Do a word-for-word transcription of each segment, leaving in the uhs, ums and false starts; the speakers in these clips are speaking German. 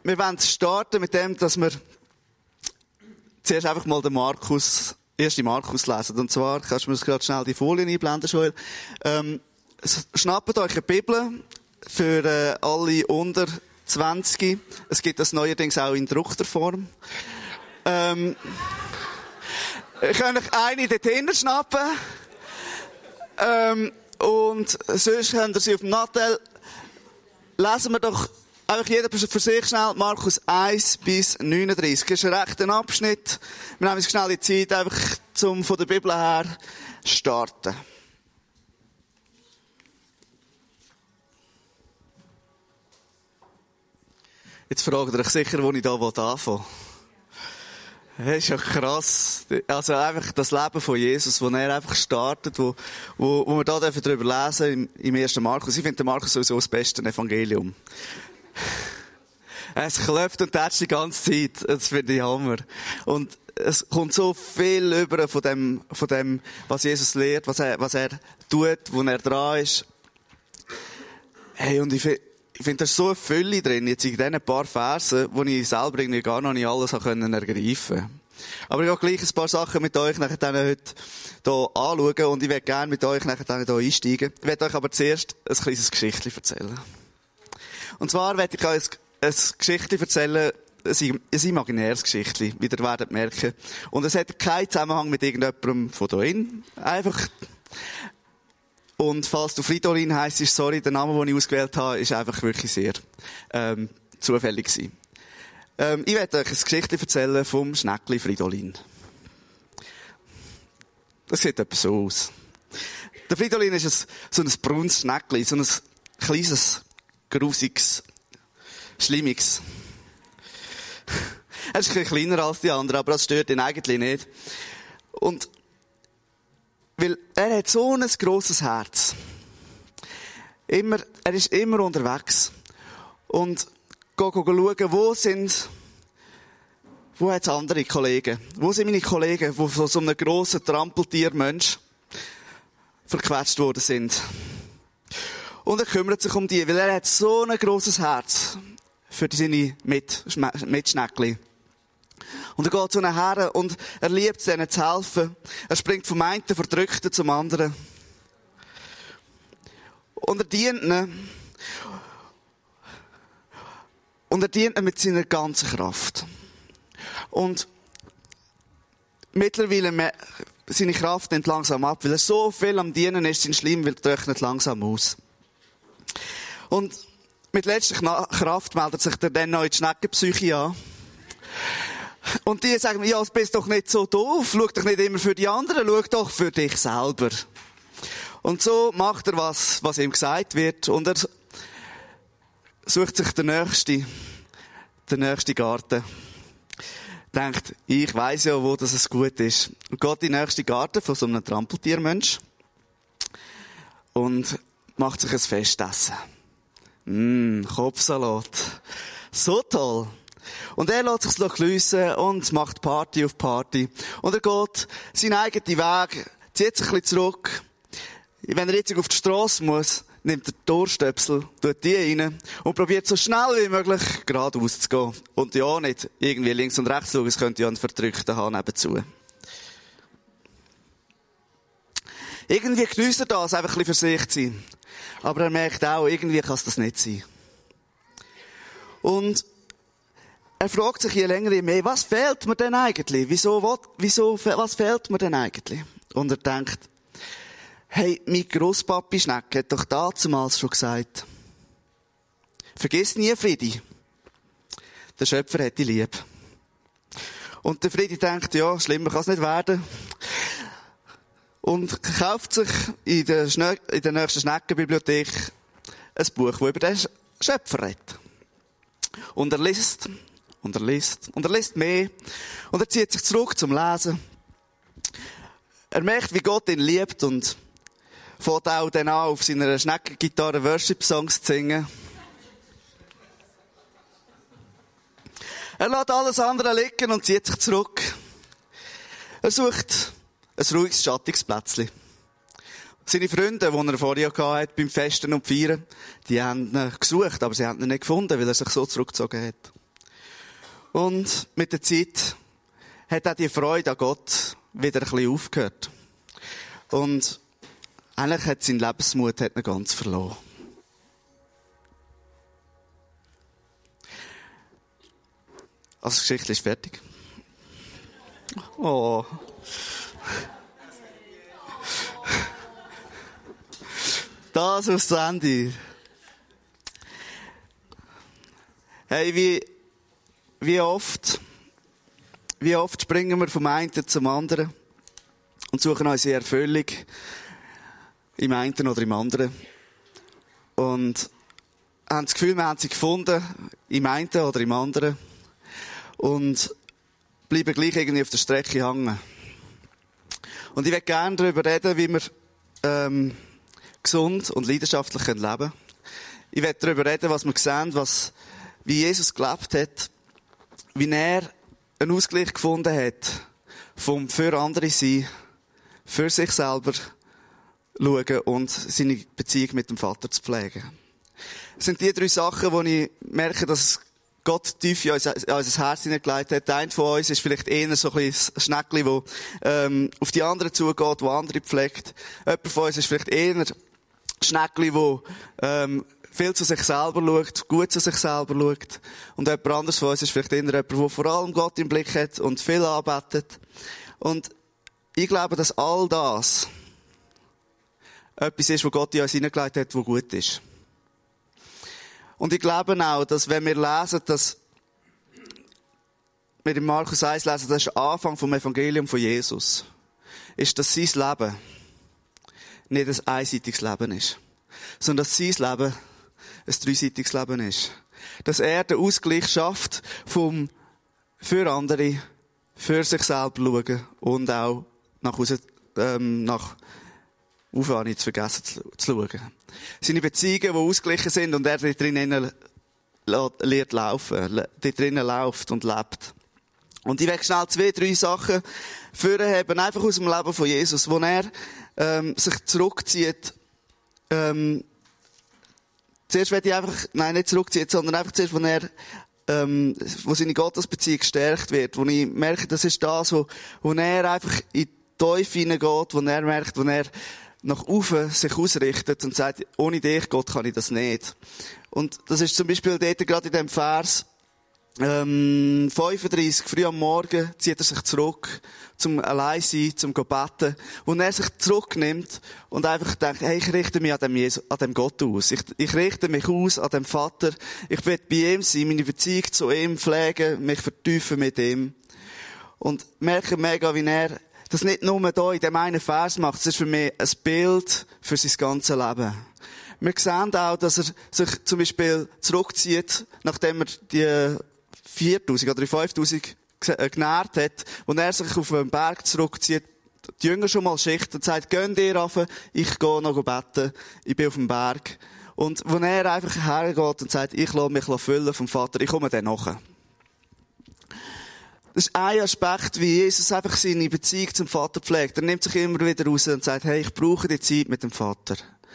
wir wollen starten mit dem, dass wir zuerst einfach mal den Markus, erste Markus lesen. Und zwar, kannst du mir gerade schnell die Folien einblenden, Joel. Ähm, schnappt euch eine Bibel für äh, alle unter zwanzig. Es gibt das neuerdings auch in gedruckter Form. Ähm, ihr könnt euch eine dort hinten schnappen. Ähm, und sonst könnt ihr sie auf dem Nattel. Lesen wir doch einfach jeder für sich schnell Markus eins bis neununddreißig. Das ist ein rechter Abschnitt. Wir nehmen uns schnell die Zeit, einfach zum von der Bibel her starten. Jetzt fragt ihr euch sicher, wo ich da anfangen will. Das ist ja krass. Also einfach das Leben von Jesus, wo er einfach startet, wo, wo, wo wir da darüber lesen im, im ersten Markus. Ich finde den Markus sowieso das beste Evangelium. Es klopft und tätscht die ganze Zeit. Das finde ich Hammer. Und es kommt so viel über von dem, von dem, was Jesus lehrt, was er, was er tut, wo er dran ist. Hey, und ich finde, Ich finde, da ist so eine Fülle drin, jetzt in diesen paar Versen, wo ich selber irgendwie gar noch nicht alles ergreifen konnte. Aber ich will gleich ein paar Sachen mit euch nachher dann heute hier anschauen und ich will gerne mit euch nachher dann hier einsteigen. Ich werde euch aber zuerst ein kleines Geschichtchen erzählen. Und zwar werde ich euch ein, ein Geschichtchen erzählen, ein, ein imaginäres Geschichtchen, wie ihr werdet merken. Und es hat keinen Zusammenhang mit irgendjemandem von hierhin. Einfach... Und falls du Fridolin heisst, ist sorry, der Name, den ich ausgewählt habe, ist einfach wirklich sehr ähm, zufällig gewesen. Ähm, ich werde euch eine Geschichte erzählen vom Schneckli Fridolin. Das sieht etwa so aus. Der Fridolin ist ein, so ein braunes Schneckli, so ein kleines, grusiges, schlimmiges. Er ist ein bisschen kleiner als die anderen, aber das stört ihn eigentlich nicht. Und weil er hat so ein grosses Herz. Immer, er ist immer unterwegs. Und geht schauen, wo sind, wo hat es andere Kollegen? Wo sind meine Kollegen, die von so einem grossen Trampeltiermensch verquetscht worden sind? Und er kümmert sich um die, weil er hat so ein grosses Herz für seine Mitschneckli. Und er geht zu ihnen her und er liebt es, ihnen zu helfen. Er springt vom einen Verdrückten zum anderen. Und er dient ihnen. Und er dient ihnen mit seiner ganzen Kraft. Und mittlerweile, seine Kraft nimmt langsam ab, weil er so viel am Dienen ist, sein Schleim wird trocknet langsam aus. Und mit letzter Kraft meldet sich der dann noch in die Schneckenpsyche an. Und die sagen mir, ja, bist doch nicht so doof, schau doch nicht immer für die anderen, schau doch für dich selber. Und so macht er was, was ihm gesagt wird, und er sucht sich den nächsten, den nächsten Garten. Denkt, ich weiss ja, wo das es gut ist. Und geht in den nächsten Garten von so einem Trampeltiermensch und macht sich ein Festessen. Mmm, Kopfsalat. So toll. Und er lässt sich schliessen und macht Party auf Party. Und er geht seinen eigenen Weg, zieht sich ein bisschen zurück. Wenn er jetzt auf die Strasse muss, nimmt er die Ohrstöpsel, tut die rein und probiert so schnell wie möglich geradeaus zu gehen. Und ja nicht irgendwie links und rechts schauen, es könnte ja einen Verdrückten haben nebenzu. Irgendwie geniesst er das, einfach ein bisschen für sich zu sein. Aber er merkt auch, irgendwie kann es das nicht sein. Und er fragt sich je länger je mehr, was fehlt mir denn eigentlich? Wieso, was, wieso, was fehlt mir denn eigentlich? Und er denkt, hey, mein Grosspapi Schnecke hat doch damals schon gesagt, vergiss nie Friedi. Der Schöpfer hat dich lieb. Und der Friedi denkt, ja, schlimmer kann es nicht werden. Und kauft sich in der, Schnö- in der nächsten Schneckenbibliothek ein Buch, das über den Schöpfer redet. Und er liest, und er liest, und er liest mehr. Und er zieht sich zurück zum Lesen. Er merkt, wie Gott ihn liebt und fängt auch dann an, auf seiner Schneckengitarre Worship-Songs zu singen. Er lässt alles andere liegen und zieht sich zurück. Er sucht ein ruhiges, schattiges Plätzchen. Seine Freunde, die er vorher hatte, beim Festen und Feiern, die haben ihn gesucht, aber sie haben ihn nicht gefunden, weil er sich so zurückgezogen hat. Und mit der Zeit hat auch die Freude an Gott wieder ein bisschen aufgehört. Und eigentlich hat sein Lebensmut hat ihn ganz verloren. Also, die Geschichte ist fertig. Oh. Das aufs Ende. Hey, wie, wie oft, wie oft springen wir vom einen zum anderen und suchen unsere Erfüllung im einen oder im anderen. Und haben das Gefühl, wir haben sie gefunden, im einen oder im anderen. Und bleiben gleich irgendwie auf der Strecke hängen. Und ich möchte gerne darüber reden, wie wir ähm, gesund und leidenschaftlich leben können. Ich möchte darüber reden, was wir sehen, was, wie Jesus gelebt hat, wie er einen Ausgleich gefunden hat vom für andere sein, für sich selber schauen und seine Beziehung mit dem Vater zu pflegen. Das sind die drei Sachen, wo ich merke, dass Gott tief in unser, in unser Herz hineingelegt hat. Einer von uns ist vielleicht eher so ein bisschen ein Schneckli, das ähm, auf die anderen zugeht, wo andere pflegt. Jemand von uns ist vielleicht eher ein Schneckli, das ähm, viel zu sich selber schaut, gut zu sich selber schaut. Und jemand anderes von uns ist vielleicht eher jemand, der vor allem Gott im Blick hat und viel anbetet. Und ich glaube, dass all das etwas ist, was Gott in uns hineingelegt hat, was gut ist. Und ich glaube auch, dass wenn wir lesen, dass wir in Markus eins lesen, das ist der Anfang vom Evangelium von Jesus, ist, dass sein Leben nicht ein einseitiges Leben ist, sondern dass sein Leben ein dreiseitiges Leben ist. Dass er den Ausgleich schafft vom für andere, für sich selber schauen und auch nach Hause, ähm, nach Aufhören nicht zu vergessen zu, zu schauen. Seine Beziehungen, die ausgeglichen sind und er dort drinnen lernt laufen, dort drinnen läuft und lebt. Und ich will schnell zwei, drei Sachen vorheben, einfach aus dem Leben von Jesus, wo er ähm, sich zurückzieht. Ähm, zuerst will ich einfach, nein, nicht zurückziehen, sondern einfach zuerst, wo er ähm, wo seine Gottesbeziehung gestärkt wird, wo ich merke, das ist das, wo, wo er einfach in die Teufel hineingeht, wo er merkt, wo er nach oben sich ausrichtet und sagt, ohne dich, Gott, kann ich das nicht. Und das ist zum Beispiel dort gerade in dem Vers ähm, fünfunddreißig, früh am Morgen, zieht er sich zurück, zum Alleinsein, zum Beten, wo er sich zurücknimmt und einfach denkt, hey, ich richte mich an dem, Jesus, an dem Gott aus. Ich, ich richte mich aus an dem Vater. Ich will bei ihm sein, meine Beziehung zu ihm pflegen, mich vertiefen mit ihm. Und merke mega, wie er das nicht nur hier in dem einen Vers macht, das ist für mich ein Bild für sein ganzes Leben. Wir sehen auch, dass er sich zum Beispiel zurückzieht, nachdem er die viertausend oder die fünftausend genährt hat, wo er sich auf einen Berg zurückzieht, die Jünger schon mal schicht und sagt, geht ihr rauf, ich gehe noch beten, ich bin auf dem Berg. Und wo er einfach hergeht und sagt, ich lasse mich füllen vom Vater, ich komme dann nachher. Das ist ein Aspekt, wie Jesus einfach seine Beziehung zum Vater pflegt. Er nimmt sich immer wieder raus und sagt, hey, ich brauche die Zeit mit dem Vater.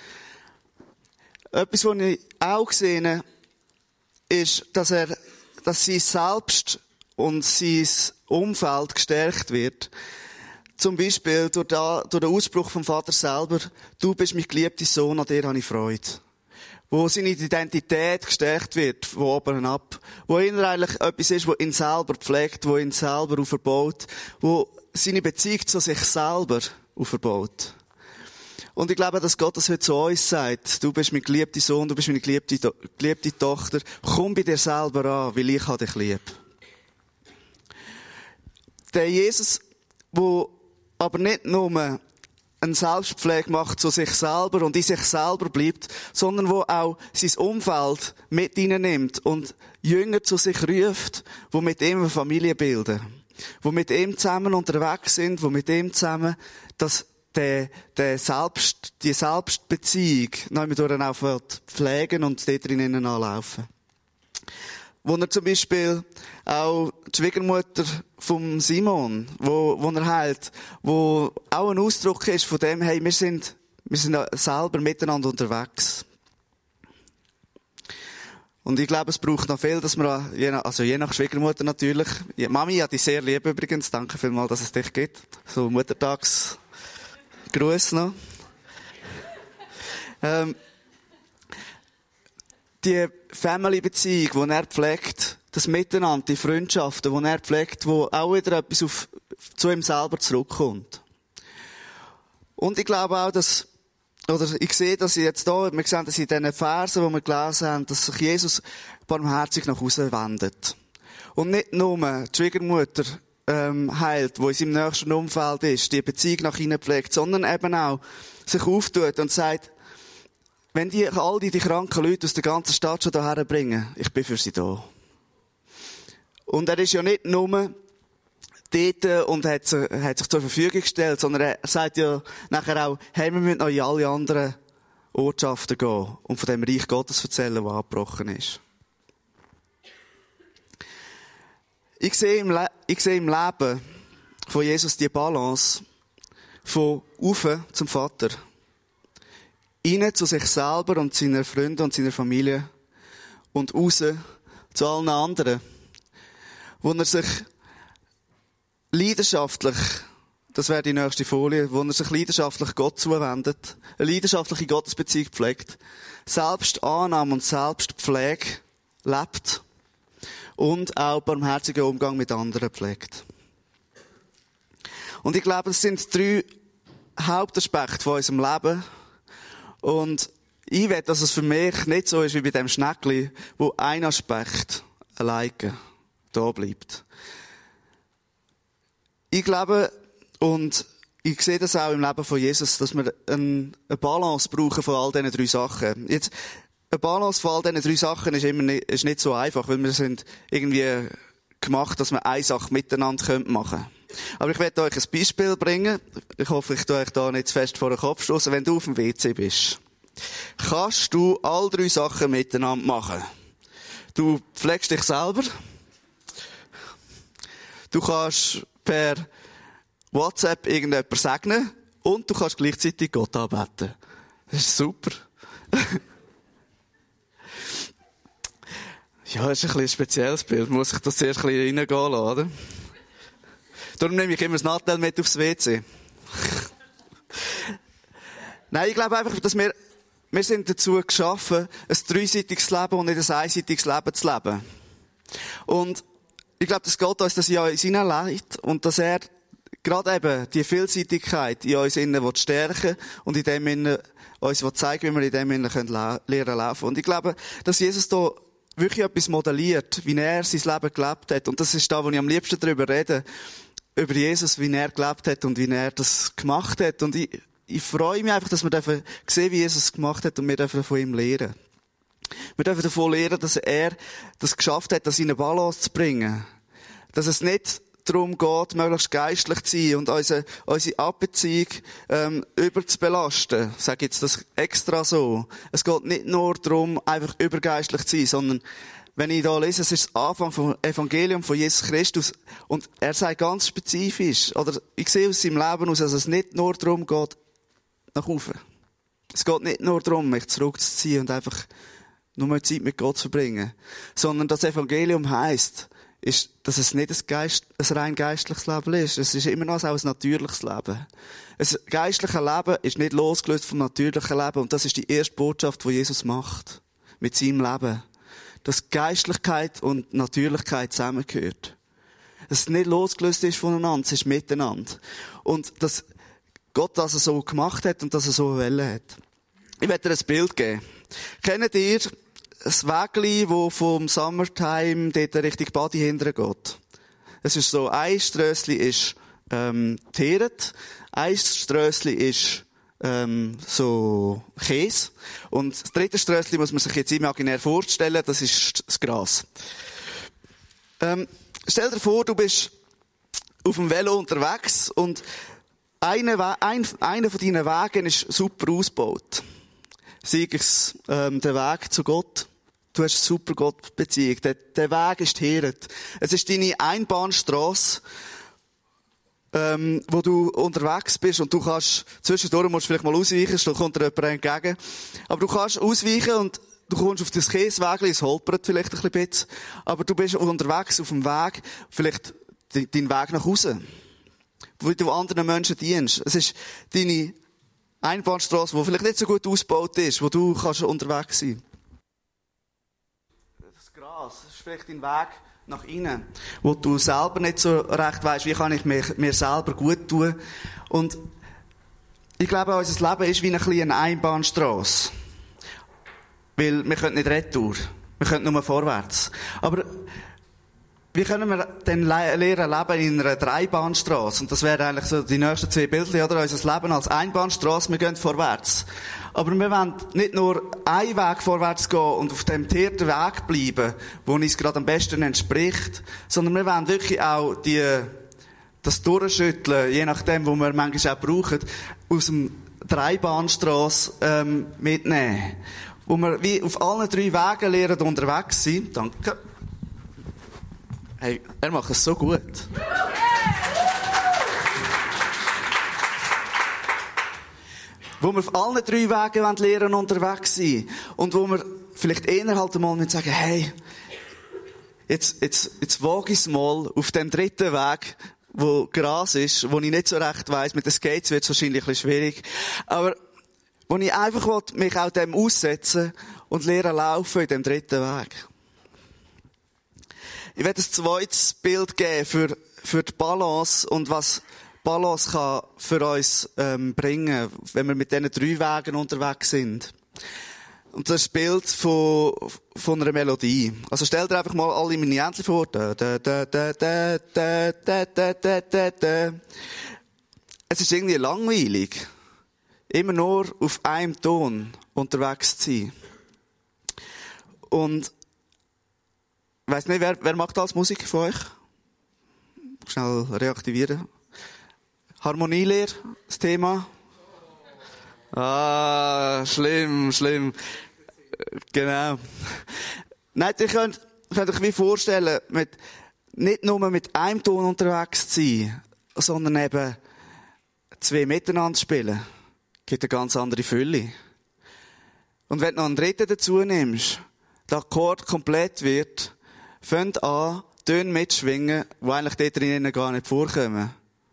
Etwas, was ich auch gesehen ist, dass er, dass sein Selbst und sein Umfeld gestärkt wird. Zum Beispiel durch, da, durch den Ausspruch vom Vater selber, du bist mein geliebter Sohn, an dir habe ich Freude. Wo seine Identität gestärkt wird, von oben ab. Wo er eigentlich etwas ist, wo ihn selber pflegt, wo ihn selber aufbaut, wo seine Beziehung zu sich selber aufbaut. Und ich glaube, dass Gott das heute zu uns sagt. Du bist mein geliebter Sohn, du bist meine geliebte, geliebte Tochter. Komm bei dir selber an, weil ich dich lieb. Der Jesus, der aber nicht nur eine Selbstpflege macht zu sich selber und in sich selber bleibt, sondern wo auch sein Umfeld mit nimmt und Jünger zu sich ruft, die mit ihm eine Familie bilden, die mit ihm zusammen unterwegs sind, die mit ihm zusammen das, der, der Selbst, die Selbstbeziehung noch einmal durch auch pflegen und dort drinnen anlaufen. Wo er zum Beispiel auch die Schwiegermutter vom Simon, wo, wo er heilt, wo auch ein Ausdruck ist von dem, hey, wir sind, wir sind selber miteinander unterwegs. Und ich glaube, es braucht noch viel, dass wir, je nach, also je nach Schwiegermutter natürlich, Mami hat dich sehr lieb übrigens, danke vielmals, dass es dich gibt. So Muttertagsgruß noch. Ähm, die Family-Beziehung, die er pflegt, das Miteinander, die Freundschaften, die er pflegt, wo auch wieder etwas auf, zu ihm selber zurückkommt. Und ich glaube auch, dass Oder ich sehe, dass ich jetzt da, wir sehen das in diesen Versen, die wir gelesen haben, dass sich Jesus barmherzig nach Hause wendet. Und nicht nur die Schwiegermutter ähm, heilt, die in seinem nächsten Umfeld ist, die Beziehung nach ihnen pflegt, sondern eben auch sich auftut und sagt, wenn die all die, die kranken Leute aus der ganzen Stadt schon hierher bringen, ich bin für sie da. Und er ist ja nicht nur dort und hat sich, hat sich zur Verfügung gestellt, sondern er sagt ja nachher auch, hey, wir müssen noch in alle anderen Ortschaften gehen und von dem Reich Gottes erzählen, das abgebrochen ist. Ich sehe im, Le- ich sehe im Leben von Jesus die Balance von Ufe zum Vater, rein zu sich selber und seinen Freunden und seiner Familie und raus zu allen anderen, wo er sich leidenschaftlich, das wäre die nächste Folie, wo er sich leidenschaftlich Gott zuwendet, eine leidenschaftliche Gottesbeziehung pflegt, Selbstannahme und Selbstpflege lebt und auch barmherzigen Umgang mit anderen pflegt. Und ich glaube, das sind drei Hauptaspekte von unserem Leben. Und ich will, dass es für mich nicht so ist wie bei dem Schneckli, wo ein Aspekt alleine da bleibt. Ich glaube, und ich sehe das auch im Leben von Jesus, dass wir eine Balance brauchen von all diesen drei Sachen. Jetzt, eine Balance von all diesen drei Sachen ist immer nicht, ist nicht so einfach, weil wir sind irgendwie gemacht, dass wir eine Sache miteinander machen können. Aber ich werde euch ein Beispiel bringen. Ich hoffe, ich tue euch da nicht zu fest vor den Kopf stoßen. Wenn du auf dem W C bist, kannst du all drei Sachen miteinander machen. Du pflegst dich selber. Du kannst per WhatsApp irgendjemanden segnen und du kannst gleichzeitig Gott anbeten. Das ist super. Ja, das ist ein bisschen ein spezielles Bild. Muss ich das zuerst ein bisschen reingehen lassen, oder? Darum nehme ich immer das Nattel mit aufs W C. Nein, ich glaube einfach, dass wir, wir sind dazu geschaffen, ein dreiseitiges Leben und nicht ein einseitiges Leben zu leben. Und ich glaube, dass Gott uns das ja in seinem Leid und dass er gerade eben die Vielseitigkeit in uns innen stärken und in dem innen uns zeigen, wie wir in dem innen lernen laufen. Und ich glaube, dass Jesus da wirklich etwas modelliert, wie er sein Leben gelebt hat. Und das ist da, wo ich am liebsten darüber rede, über Jesus, wie er gelebt hat und wie er das gemacht hat. Und ich, ich freue mich einfach, dass wir dürfen sehen, wie Jesus es gemacht hat und wir dürfen von ihm lernen. Wir dürfen davon lernen, dass er das geschafft hat, das in eine Balance zu bringen. Dass es nicht darum geht, möglichst geistlich zu sein und unsere, unsere Abbeziehung ähm, überzubelasten. Ich sage jetzt das extra so. Es geht nicht nur darum, einfach übergeistlich zu sein, sondern wenn ich da lese, es ist das Anfang vom Evangelium von Jesus Christus und er sagt ganz spezifisch, oder ich sehe aus seinem Leben aus, dass es nicht nur darum geht, nach oben. Es geht nicht nur darum, mich zurückzuziehen und einfach nur mehr Zeit mit Gott zu verbringen, sondern das Evangelium heisst, ist, dass es nicht ein, Geist, ein rein geistliches Leben ist. Es ist immer noch auch ein natürliches Leben. Ein geistliches Leben ist nicht losgelöst vom natürlichen Leben und das ist die erste Botschaft, die Jesus macht mit seinem Leben. Dass Geistlichkeit und Natürlichkeit zusammengehört. Dass es nicht losgelöst ist voneinander, es ist miteinander. Und dass Gott das so gemacht hat und dass er so wollen hat. Ich werde dir ein Bild geben. Kennt ihr ein Wägli, das vom Summertime dort Richtung Badi hinterher geht? Es ist so, ein Strössli ist ähm, teeret, ein Strössli ist ähm, so Käse und das dritte Strössli muss man sich jetzt imaginär vorstellen, das ist das Gras. Ähm, stell dir vor, du bist auf dem Velo unterwegs und einer, ein, einer von deinen Wegen ist super ausgebaut. Sei es ähm, der Weg zu Gott. Du hast eine super Gottbeziehung. Der, der Weg ist geteert. Es ist deine Einbahnstrasse, ähm, wo du unterwegs bist und du kannst, zwischendurch musst du vielleicht mal ausweichen, sonst kommt dir jemand entgegen. Aber du kannst ausweichen und du kommst auf das Käsewägli, es holpert vielleicht ein bisschen, aber du bist unterwegs auf dem Weg, vielleicht dein Weg nach Hause, wo du anderen Menschen dienst. Es ist deine Einbahnstrasse, die vielleicht nicht so gut ausgebaut ist, wo du kannst unterwegs sein. Das Gras, das ist vielleicht dein Weg nach innen, wo du selber nicht so recht weisst, wie kann ich mir, mir selber gut tun. Und ich glaube, unser Leben ist wie eine kleine Einbahnstrasse. Weil wir können nicht retour. Wir können nur vorwärts. Aber wie können wir denn lernen leben in einer Dreibahnstrasse? Und das wären eigentlich so die nächsten zwei Bilder, oder? Unser Leben als Einbahnstrasse, wir gehen vorwärts. Aber wir wollen nicht nur einen Weg vorwärts gehen und auf dem geteerten Weg bleiben, wo uns gerade am besten entspricht, sondern wir wollen wirklich auch die, das Durchschütteln, je nachdem, wo wir manchmal auch brauchen, aus dem Dreibahnstrasse ähm, mitnehmen. Wo wir wie auf allen drei Wegen lernen unterwegs sind. Danke. Hey, er macht es so gut. Wo wir auf allen drei Wegen lernen unterwegs sind. Und wo wir vielleicht eher halt einmal nicht sagen, hey, jetzt, jetzt, jetzt wage ich es mal auf dem dritten Weg, wo Gras ist, wo ich nicht so recht weiss. Mit den Skates wird es wahrscheinlich ein bisschen schwierig. Aber wo ich einfach will, mich auch dem aussetzen und lernen laufen in dem dritten Weg. Ich werde ein zweites Bild geben für, für die Balance und was Balance kann für uns ähm, bringen, wenn wir mit diesen drei Wegen unterwegs sind. Und das ist das Bild von, von einer Melodie. Also stell dir einfach mal alle meine Entchen vor. Da, da, da, da, da, da, da, da, da, da, da. Es ist irgendwie langweilig, immer nur auf einem Ton unterwegs zu sein. Und ich weiss nicht, wer, wer macht das Musik von euch? Schnell reaktivieren. Harmonielehre, das Thema. Ah, schlimm, schlimm. Genau. Nein, ihr könnt, könnt euch wie vorstellen, mit, nicht nur mit einem Ton unterwegs zu sein, sondern eben zwei miteinander spielen. Gibt eine ganz andere Fülle. Und wenn du noch einen dritten dazu nimmst, der Akkord komplett wird, fängt an, Töne mitschwingen, die eigentlich dort drinnen gar nicht vorkommen.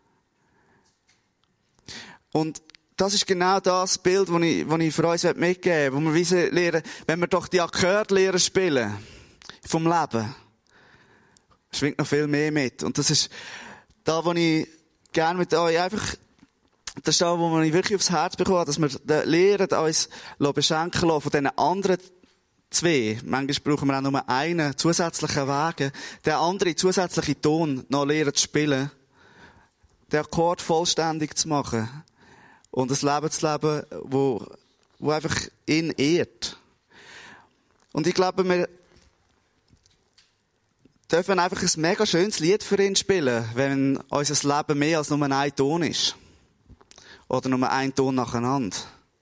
Und das ist genau das Bild, das ich, das ich für uns mitgeben will, wo wir lernen, wenn wir doch die Akkorde lernen spielen, vom Leben, schwingt noch viel mehr mit. Und das ist da, wo ich gerne mit euch einfach, das ist da, wo ich wirklich aufs Herz bekomme, dass wir lernen, uns beschenken lassen von diesen anderen zwei. Manchmal brauchen wir auch nur einen zusätzlichen Weg, den anderen zusätzlichen Ton noch lernen zu spielen, den Akkord vollständig zu machen. Und ein Leben zu leben, wo, wo einfach ihn ehrt. Und ich glaube, wir dürfen einfach ein mega schönes Lied für ihn spielen, wenn unser Leben mehr als nur ein Ton ist. Oder nur ein Ton nacheinander.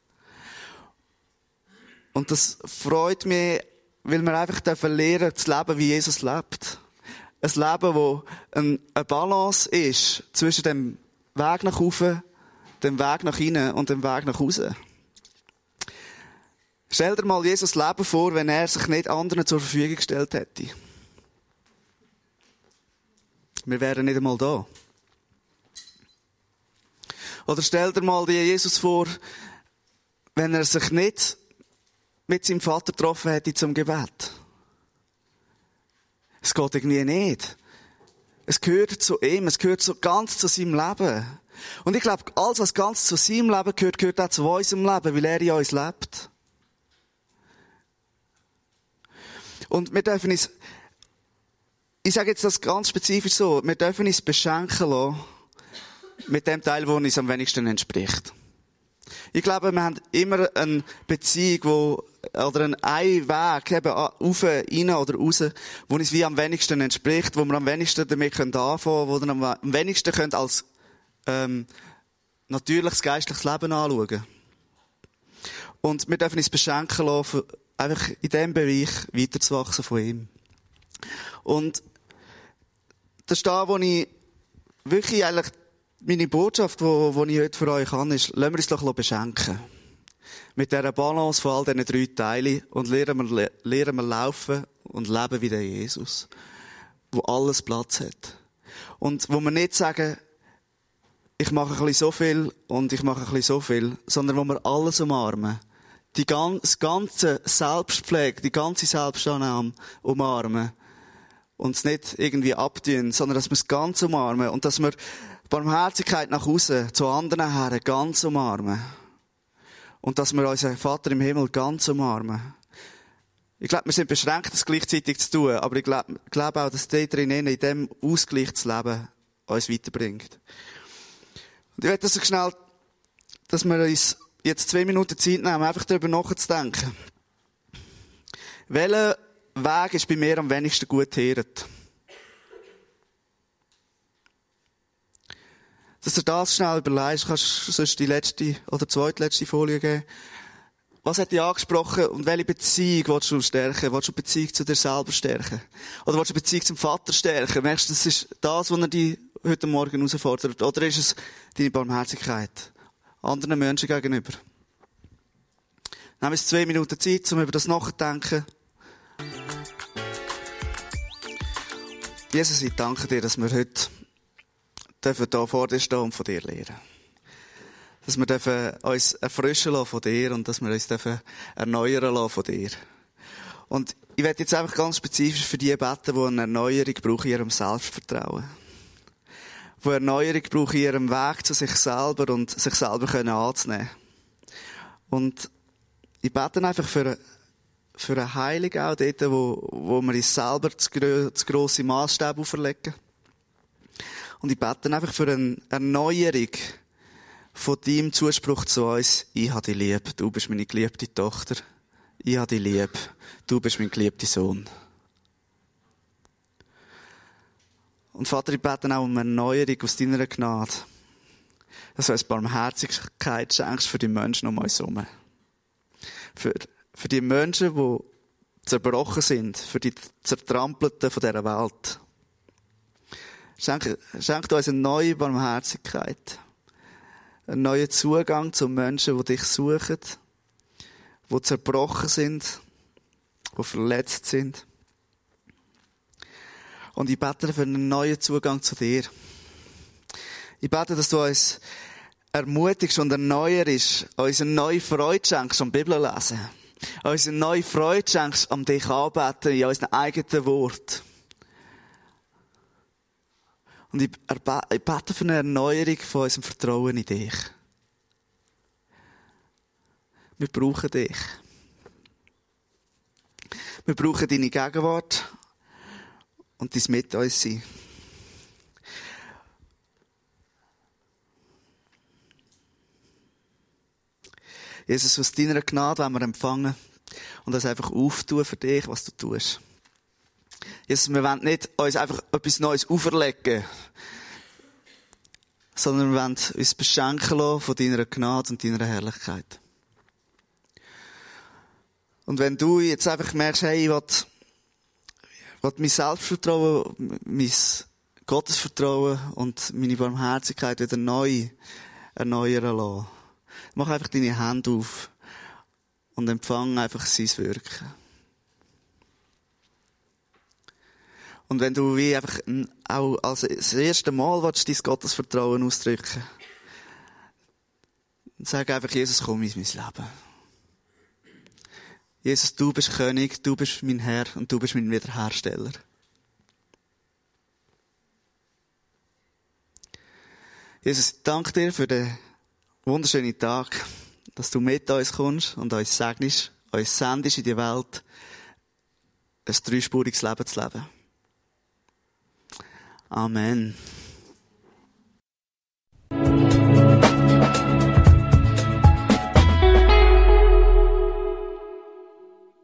Und das freut mich, weil wir einfach dürfen lernen, zu leben, wie Jesus lebt. Ein Leben, wo eine Balance ist zwischen dem Weg nach oben, dem Weg nach innen und dem Weg nach außen. Stell dir mal Jesus Leben vor, wenn er sich nicht anderen zur Verfügung gestellt hätte. Wir wären nicht einmal da. Oder stell dir mal Jesus vor, wenn er sich nicht mit seinem Vater getroffen hätte zum Gebet. Es geht irgendwie nicht. Es gehört zu ihm, es gehört so ganz zu seinem Leben. Und ich glaube, alles, was ganz zu seinem Leben gehört, gehört auch zu unserem Leben, weil er in uns lebt. Und wir dürfen uns, ich sage jetzt das ganz spezifisch so, wir dürfen uns beschenken lassen mit dem Teil, der uns am wenigsten entspricht. Ich glaube, wir haben immer eine Beziehung, wo, oder einen Weg, eben rauf, rein oder raus, wo uns wie am wenigsten entspricht, wo wir am wenigsten damit anfangen können, wo wir am wenigsten können als ähm, natürliches, geistliches Leben anschauen. Und wir dürfen uns beschenken lassen, einfach in diesem Bereich weiterzuwachsen von ihm. Und das ist da, wo ich wirklich eigentlich meine Botschaft, die ich heute für euch habe, ist, lassen wir uns doch beschenken. Mit dieser Balance von all diesen drei Teilen und lernen wir, lernen wir laufen und leben wie der Jesus, wo alles Platz hat. Und wo wir nicht sagen, ich mache ein bisschen so viel und ich mache ein bisschen so viel, sondern wo wir alles umarmen. Die ganz, ganze Selbstpflege, die ganze Selbstannahme umarmen. Und es nicht irgendwie abtun, sondern dass wir es ganz umarmen und dass wir Barmherzigkeit nach außen, zu anderen Herren ganz umarmen. Und dass wir unseren Vater im Himmel ganz umarmen. Ich glaube, wir sind beschränkt, das gleichzeitig zu tun, aber ich glaube, glaube auch, dass dort drinnen, in diesem Ausgleich zu leben, uns weiterbringt. Und ich möchte, dass, schnell, dass wir uns jetzt zwei Minuten Zeit nehmen, einfach darüber nachzudenken. Welcher Weg ist bei mir am wenigsten gut gehört? Dass du das schnell überlegst, kannst du sonst die letzte oder zweitletzte Folie geben. Was hat dich angesprochen und welche Beziehung willst du stärken? Willst du eine Beziehung zu dir selber stärken? Oder willst du eine Beziehung zum Vater stärken? Merkst du, das ist das, was er dich heute Morgen herausfordert? Oder ist es deine Barmherzigkeit anderen Menschen gegenüber? Nehmen wir uns zwei Minuten Zeit, um über das nachzudenken. Jesus, ich danke dir, dass wir heute dürfen hier vor dir stehen und von dir lernen. Dass wir dürfen uns erfrischen lassen von dir und dass wir uns dürfen erneuern lassen von dir. Und ich werde jetzt einfach ganz spezifisch für die beten, die eine Erneuerung brauchen in ihrem Selbstvertrauen. Die Erneuerung brauchen in ihrem Weg zu sich selber und sich selber können anzunehmen. Und ich bete einfach für, für eine Heilung auch dort, wo, wo wir uns selber zu, gro- zu grosse Maßstäbe auferlegen. Und ich bete einfach für eine Erneuerung von deinem Zuspruch zu uns. Ich habe dich lieb. Du bist meine geliebte Tochter. Ich habe dich lieb. Du bist mein geliebter Sohn. Und Vater, ich bete auch um eine Erneuerung aus deiner Gnade. Dass du uns Barmherzigkeit schenkst für die Menschen um uns herum. Für, für die Menschen, die zerbrochen sind. Für die Zertrampelten von dieser Welt. Schenk, schenk uns eine neue Barmherzigkeit. Einen neuen Zugang zu Menschen, die dich suchen. Die zerbrochen sind. Die verletzt sind. Und ich bete für einen neuen Zugang zu dir. Ich bete, dass du uns ermutigst und erneuerst, uns eine neue Freude schenkst am Bibel lesen. Uns eine neue Freude schenkst am dich anbeten in unseren eigenen Wort. Und ich bete für eine Erneuerung von unserem Vertrauen in dich. Wir brauchen dich. Wir brauchen deine Gegenwart und dein mit uns sein. Jesus, aus deiner Gnade wollen wir empfangen und das einfach auftun für dich, was du tust. Jesus, wir wollen nicht uns einfach etwas Neues auferlegen, sondern wir wollen uns beschenken lassen von deiner Gnade und deiner Herrlichkeit. Und wenn du jetzt einfach merkst, hey, ich will, ich will mein Selbstvertrauen, mein Gottesvertrauen und meine Barmherzigkeit wieder neu erneuern lassen, mach einfach deine Hände auf und empfang einfach sein Wirken. Und wenn du wie einfach auch als das erste Mal willst, dein Gottesvertrauen ausdrücken, dann sag einfach, Jesus, komm in mein Leben. Jesus, du bist König, du bist mein Herr und du bist mein Wiederhersteller. Jesus, ich danke dir für den wunderschönen Tag, dass du mit uns kommst und uns segnest, uns sendest in die Welt, ein dreispuriges Leben zu leben. Amen.